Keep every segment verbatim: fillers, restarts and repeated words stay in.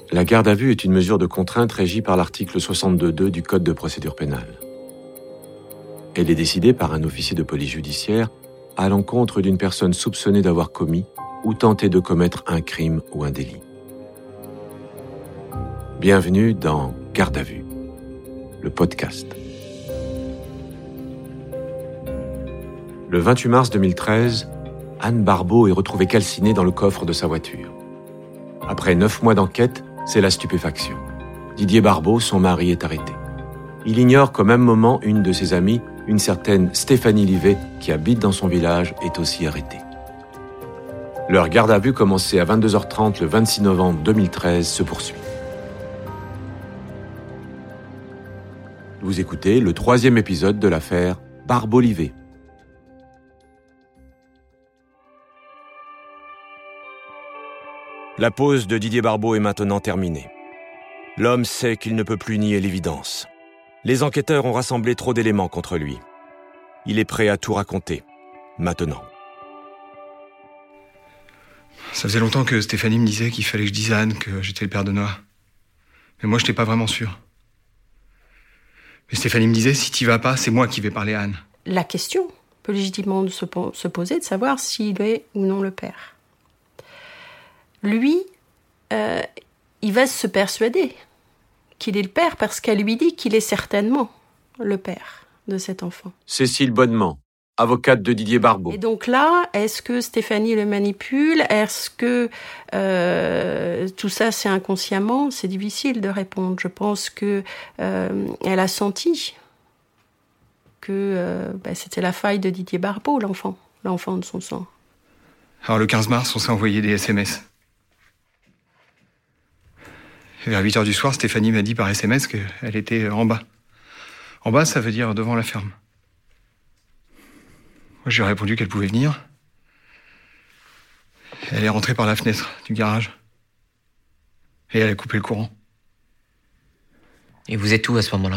La garde à vue est une mesure de contrainte régie par l'article soixante-deux point deux du Code de procédure pénale. Elle est décidée par un officier de police judiciaire à l'encontre d'une personne soupçonnée d'avoir commis ou tenté de commettre un crime ou un délit. Bienvenue dans Garde à vue, le podcast. Le vingt-huit mars deux mille treize, Anne Barbeau est retrouvée calcinée dans le coffre de sa voiture. Après neuf mois d'enquête, c'est la stupéfaction. Didier Barbeau, son mari, est arrêté. Il ignore qu'au même moment, une de ses amies, une certaine Stéphanie Livet, qui habite dans son village, est aussi arrêtée. Leur garde à vue, commencée à vingt-deux heures trente le vingt-six novembre deux mille treize, se poursuit. Vous écoutez le troisième épisode de l'affaire Barbeau-Livet. La pause de Didier Barbeau est maintenant terminée. L'homme sait qu'il ne peut plus nier l'évidence. Les enquêteurs ont rassemblé trop d'éléments contre lui. Il est prêt à tout raconter, maintenant. Ça faisait longtemps que Stéphanie me disait qu'il fallait que je dise à Anne que j'étais le père de Noah. Mais moi, je n'étais pas vraiment sûr. Mais Stéphanie me disait, si tu vas pas, c'est moi qui vais parler à Anne. La question peut légitimement se, po- se poser de savoir s'il est ou non le père. Lui, euh, il va se persuader qu'il est le père parce qu'elle lui dit qu'il est certainement le père de cet enfant. Cécile Bonnement, avocate de Didier Barbeau. Et donc là, est-ce que Stéphanie le manipule ? Est-ce que euh, tout ça, c'est inconsciemment ? C'est difficile de répondre. Je pense que euh, elle a senti que euh, bah, c'était la faille de Didier Barbeau, l'enfant, l'enfant de son sang. Alors le quinze mars, on s'est envoyé des S M S. Et vers huit heures du soir, Stéphanie m'a dit par S M S qu'elle était en bas. En bas, ça veut dire devant la ferme. Moi, je lui ai répondu qu'elle pouvait venir. Elle est rentrée par la fenêtre du garage. Et elle a coupé le courant. Et vous êtes où à ce moment-là ?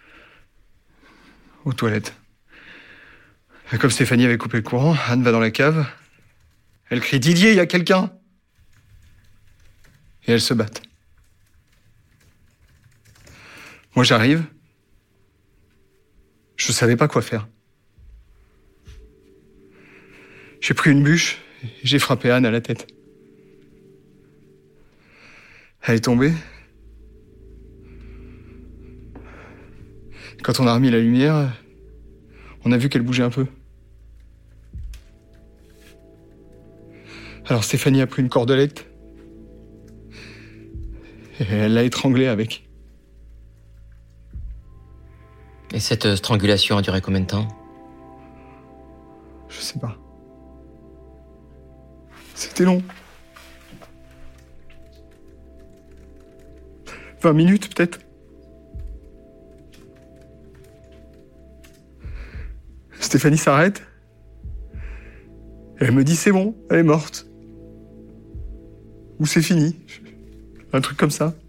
Aux toilettes. Et comme Stéphanie avait coupé le courant, Anne va dans la cave. Elle crie « Didier, il y a quelqu'un !» Et elles se battent. Moi, j'arrive. Je savais pas quoi faire. J'ai pris une bûche et j'ai frappé Anne à la tête. Elle est tombée. Quand on a remis la lumière, on a vu qu'elle bougeait un peu. Alors Stéphanie a pris une cordelette et elle l'a étranglée avec. Et cette strangulation a duré combien de temps ? Je sais pas. C'était long. Vingt minutes, peut-être. Stéphanie s'arrête. Et elle me dit, c'est bon, elle est morte. Ou c'est fini. Un truc comme ça.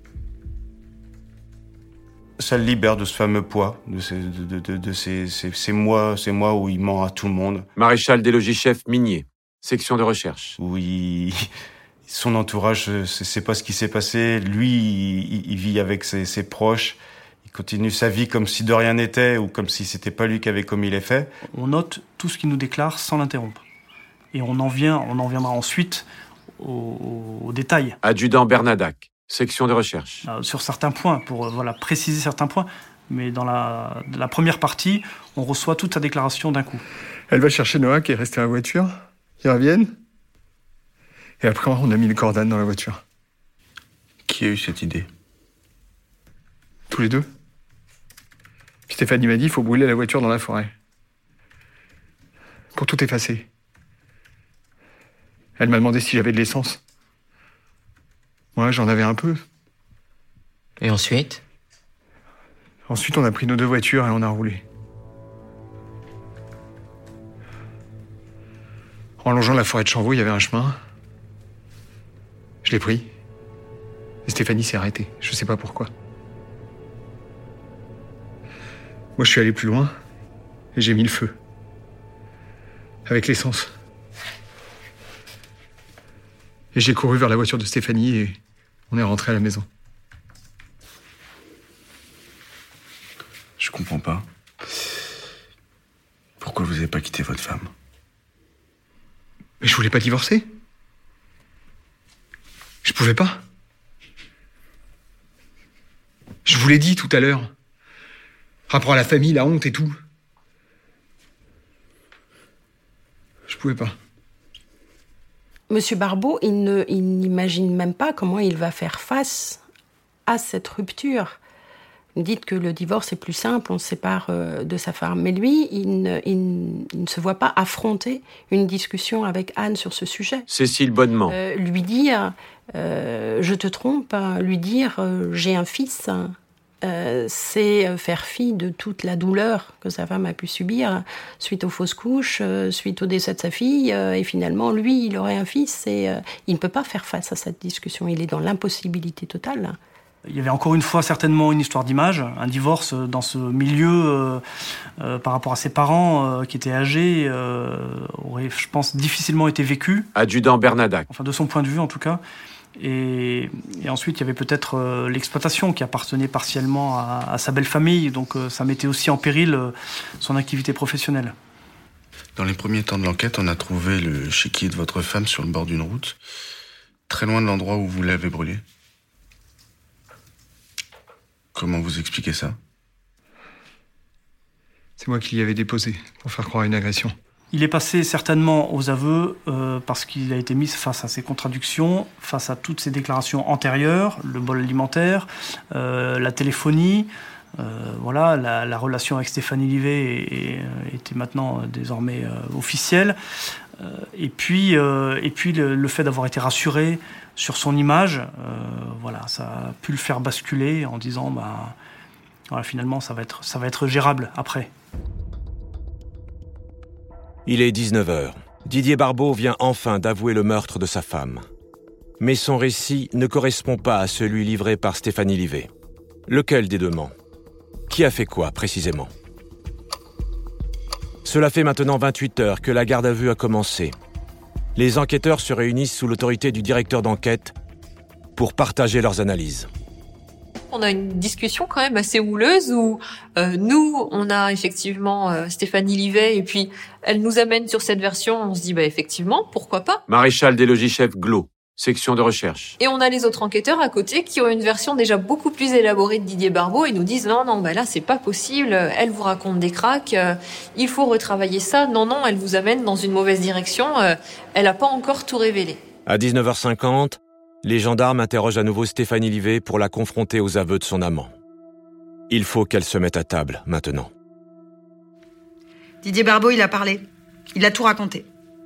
Ça le libère de ce fameux poids, de ces, de, de, de ces, ces, ces mois, ces mois où il ment à tout le monde. Maréchal des logis-chefs minier, section de recherche. Où il, son entourage ne sait pas ce qui s'est passé. Lui, il, il vit avec ses, ses proches. Il continue sa vie comme si de rien n'était ou comme si c'était pas lui qui avait commis les faits. On note tout ce qu'il nous déclare sans l'interrompre. Et on en vient, on en viendra ensuite aux, aux détails. Adjudant Bernadac, section de recherche. Euh, sur certains points, pour euh, voilà, préciser certains points. Mais dans la, la première partie, on reçoit toute sa déclaration d'un coup. Elle va chercher Noah qui est resté à la voiture. Ils reviennent. Et après, on a mis le cordane dans la voiture. Qui a eu cette idée ? Tous les deux. Puis Stéphanie m'a dit, il faut brûler la voiture dans la forêt. Pour tout effacer. Elle m'a demandé si j'avais de l'essence. Moi, j'en avais un peu. Et ensuite ? Ensuite, on a pris nos deux voitures et on a roulé. En longeant la forêt de Chanvaux, il y avait un chemin. Je l'ai pris. Et Stéphanie s'est arrêtée. Je sais pas pourquoi. Moi, je suis allé plus loin et j'ai mis le feu. Avec l'essence. Et j'ai couru vers la voiture de Stéphanie et On est rentré à la maison. Je comprends pas. Pourquoi vous n'avez pas quitté votre femme? Mais je voulais pas divorcer. Je pouvais pas. Je vous l'ai dit tout à l'heure. Rapport à la famille, la honte et tout. Je pouvais pas. Monsieur Barbeau, il ne, il n'imagine même pas comment il va faire face à cette rupture. Vous dites que le divorce est plus simple, on se sépare euh, de sa femme. Mais lui, il ne, il, il ne se voit pas affronter une discussion avec Anne sur ce sujet. Cécile Bonnement. Euh, lui dire euh, « je te trompe », lui dire euh, « j'ai un fils euh, », c'est faire fi de toute la douleur que sa femme a pu subir suite aux fausses couches, euh, suite au décès de sa fille. Euh, et finalement, lui, il aurait un fils et euh, il ne peut pas faire face à cette discussion. Il est dans l'impossibilité totale. Il y avait encore une fois certainement une histoire d'image, un divorce dans ce milieu euh, euh, par rapport à ses parents euh, qui étaient âgés euh, aurait, je pense, difficilement été vécu. Adjudant Bernadac. Enfin, de son point de vue en tout cas. Et, et ensuite, il y avait peut-être euh, l'exploitation qui appartenait partiellement à, à sa belle famille, donc euh, ça mettait aussi en péril euh, son activité professionnelle. Dans les premiers temps de l'enquête, on a trouvé le chéquier de votre femme sur le bord d'une route, très loin de l'endroit où vous l'avez brûlé. Comment vous expliquez ça? C'est moi qui l'y avais déposé pour faire croire à une agression. Il est passé certainement aux aveux euh, parce qu'il a été mis face à ses contradictions, face à toutes ses déclarations antérieures, le bol alimentaire, euh, la téléphonie, euh, voilà, la, la relation avec Stéphanie Livet est, est, était maintenant euh, désormais euh, officielle. Euh, et puis, euh, et puis le, le fait d'avoir été rassuré sur son image, euh, voilà, ça a pu le faire basculer en disant, bah, voilà, finalement, ça va être, ça va être gérable après. Il est dix-neuf heures. Didier Barbeau vient enfin d'avouer le meurtre de sa femme. Mais son récit ne correspond pas à celui livré par Stéphanie Livet. Lequel des deux ment? Qui a fait quoi, précisément? Cela fait maintenant vingt-huit heures que la garde à vue a commencé. Les enquêteurs se réunissent sous l'autorité du directeur d'enquête pour partager leurs analyses. On a une discussion quand même assez houleuse où euh, nous, on a effectivement euh, Stéphanie Livet et puis elle nous amène sur cette version, on se dit bah effectivement, pourquoi pas. Maréchal des logis-chefs Glo, section de recherche. Et on a les autres enquêteurs à côté qui ont une version déjà beaucoup plus élaborée de Didier Barbeau et nous disent non, non, bah là c'est pas possible, elle vous raconte des cracks, euh, il faut retravailler ça, non, non, elle vous amène dans une mauvaise direction, euh, elle a pas encore tout révélé. À dix-neuf heures cinquante, les gendarmes interrogent à nouveau Stéphanie Livet pour la confronter aux aveux de son amant. Il faut qu'elle se mette à table, maintenant. Didier Barbeau, il a parlé. Il a tout raconté.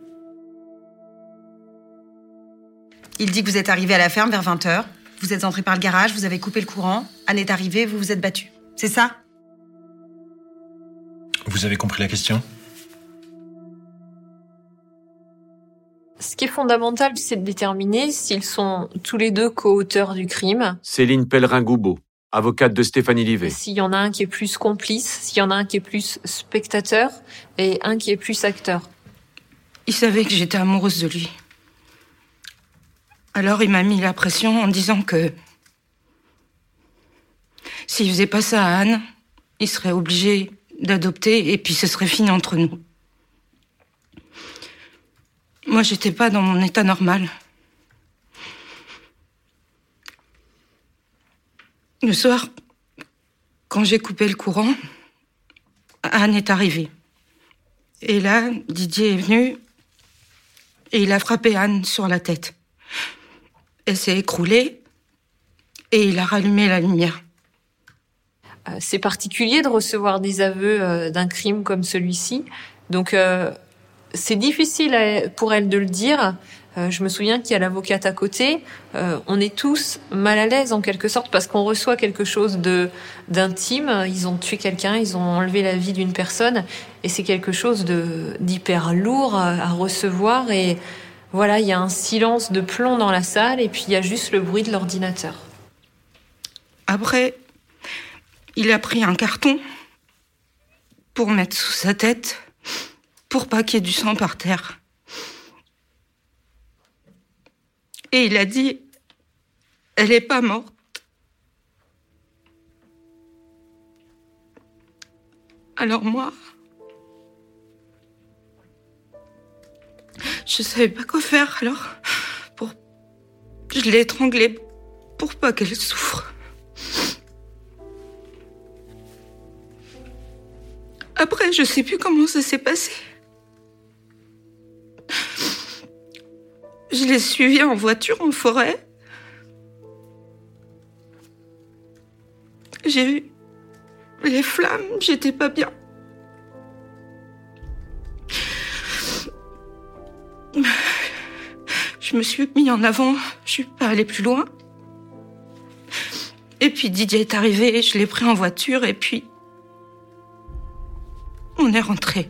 Il dit que vous êtes arrivé à la ferme vers vingt heures. Vous êtes entré par le garage, vous avez coupé le courant. Anne est arrivée, vous vous êtes battu. C'est ça? Vous avez compris la question? Ce qui est fondamental, c'est de déterminer s'ils sont tous les deux co-auteurs du crime. Céline Pellerin-Goubeau, avocate de Stéphanie Livet. S'il y en a un qui est plus complice, s'il y en a un qui est plus spectateur et un qui est plus acteur. Il savait que j'étais amoureuse de lui. Alors il m'a mis la pression en disant que s'il faisait pas ça à Anne, il serait obligé d'adopter et puis ce serait fini entre nous. Moi, j'étais pas dans mon état normal. Le soir, quand j'ai coupé le courant, Anne est arrivée. Et là, Didier est venu et il a frappé Anne sur la tête. Elle s'est écroulée et il a rallumé la lumière. Euh, c'est particulier de recevoir des aveux euh, d'un crime comme celui-ci. Donc, euh, c'est difficile à, pour elle de le dire. Euh, je me souviens qu'il y a l'avocate à côté. Euh, on est tous mal à l'aise en quelque sorte parce qu'on reçoit quelque chose de d'intime. Ils ont tué quelqu'un, ils ont enlevé la vie d'une personne et c'est quelque chose de d'hyper lourd à, à recevoir. Et voilà, il y a un silence de plomb dans la salle et puis il y a juste le bruit de l'ordinateur. Après, il a pris un carton pour mettre sous sa tête pour pas qu'il y ait du sang par terre. Et il a dit elle n'est pas morte. Alors moi, je savais pas quoi faire, alors pour... je l'ai étranglée pour pas qu'elle souffre. Après, je sais plus comment ça s'est passé. Je l'ai suivie en voiture, en forêt. J'ai vu les flammes, j'étais pas bien. Je me suis mis en avant, je suis pas allée plus loin. Et puis Didier est arrivé, je l'ai pris en voiture et puis on est rentré.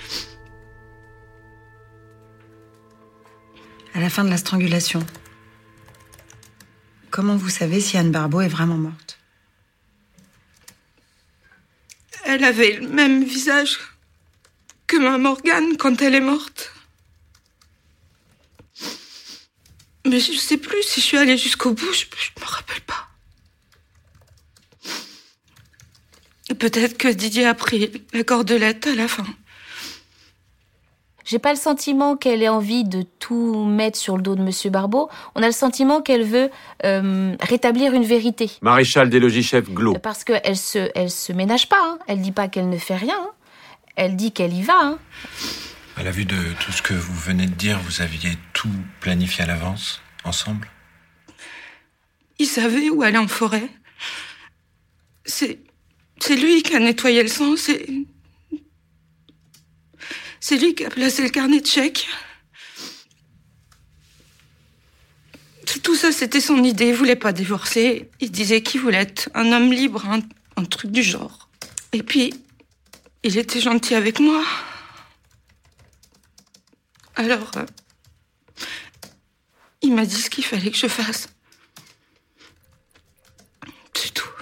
À la fin de la strangulation, comment vous savez si Anne Barbeau est vraiment morte? Elle avait le même visage que ma Morgane quand elle est morte. Mais je sais plus si je suis allée jusqu'au bout, je, je me rappelle pas. Peut-être que Didier a pris la cordelette à la fin. J'ai pas le sentiment qu'elle ait envie de tout mettre sur le dos de Monsieur Barbeau. On a le sentiment qu'elle veut euh, rétablir une vérité. Maréchal des logis-chefs Glo. Parce qu'elle se, elle se ménage pas. Hein. Elle dit pas qu'elle ne fait rien. Hein. Elle dit qu'elle y va. Hein. À la vue de tout ce que vous venez de dire, vous aviez tout planifié à l'avance, ensemble? Il savait où aller en forêt. C'est, c'est lui qui a nettoyé le sang. C'est... C'est lui qui a placé le carnet de chèques. Tout ça, c'était son idée. Il voulait pas divorcer. Il disait qu'il voulait être un homme libre, un, un truc du genre. Et puis, il était gentil avec moi. Alors, euh, il m'a dit ce qu'il fallait que je fasse. C'est tout.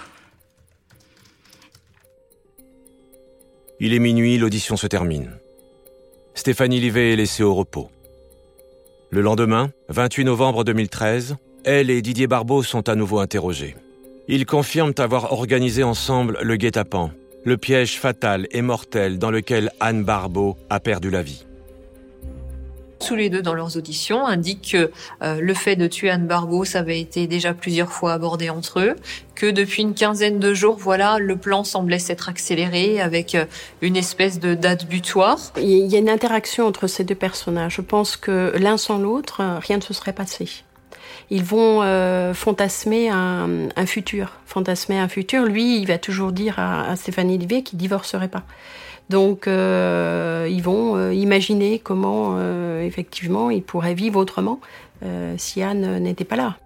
Il est minuit, l'audition se termine. Stéphanie Livet est laissée au repos. Le lendemain, vingt-huit novembre deux mille treize, elle et Didier Barbeau sont à nouveau interrogés. Ils confirment avoir organisé ensemble le guet-apens, le piège fatal et mortel dans lequel Anne Barbeau a perdu la vie. Tous les deux, dans leurs auditions, indiquent que euh, le fait de tuer Anne Barbeau, ça avait été déjà plusieurs fois abordé entre eux, que depuis une quinzaine de jours, voilà, le plan semblait s'être accéléré avec euh, une espèce de date butoir. Il y a une interaction entre ces deux personnages. Je pense que l'un sans l'autre, rien ne se serait passé. Ils vont euh, fantasmer un, un futur. Fantasmer un futur. Lui, il va toujours dire à, à Stéphanie Livet qu'il divorcerait pas. Donc, euh, ils vont euh, imaginer comment, euh, effectivement, ils pourraient vivre autrement euh, si Anne n'était pas là.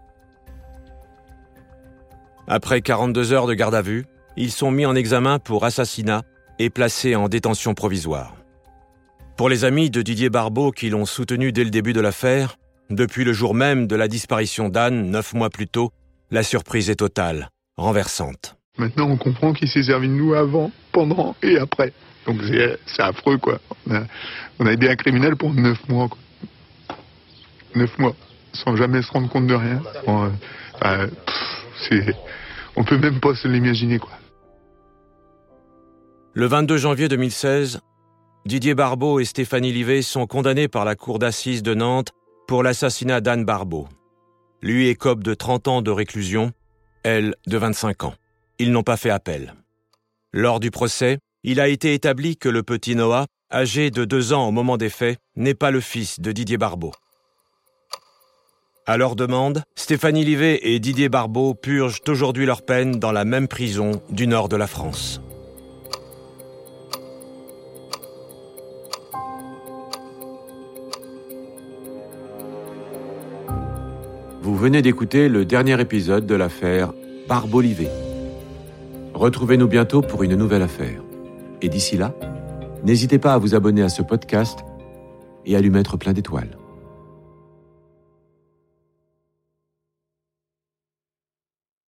Après quarante-deux heures de garde à vue, ils sont mis en examen pour assassinat et placés en détention provisoire. Pour les amis de Didier Barbeau qui l'ont soutenu dès le début de l'affaire, depuis le jour même de la disparition d'Anne, neuf mois plus tôt, la surprise est totale, renversante. Maintenant, on comprend qu'il s'est servi de nous avant, pendant et après. Donc c'est, c'est affreux, quoi. On a, on a aidé un criminel pour neuf mois, quoi. Neuf mois, sans jamais se rendre compte de rien. Bon, euh, euh, pff, c'est, on peut même pas se l'imaginer, quoi. Le vingt-deux janvier deux mille seize, Didier Barbeau et Stéphanie Livet sont condamnés par la cour d'assises de Nantes pour l'assassinat d'Anne Barbeau. Lui écope de trente ans de réclusion, elle de vingt-cinq ans. Ils n'ont pas fait appel. Lors du procès, il a été établi que le petit Noah, âgé de deux ans au moment des faits, n'est pas le fils de Didier Barbeau. À leur demande, Stéphanie Livet et Didier Barbeau purgent aujourd'hui leur peine dans la même prison du nord de la France. Vous venez d'écouter le dernier épisode de l'affaire Barbeau-Livet. Retrouvez-nous bientôt pour une nouvelle affaire. Et d'ici là, n'hésitez pas à vous abonner à ce podcast et à lui mettre plein d'étoiles.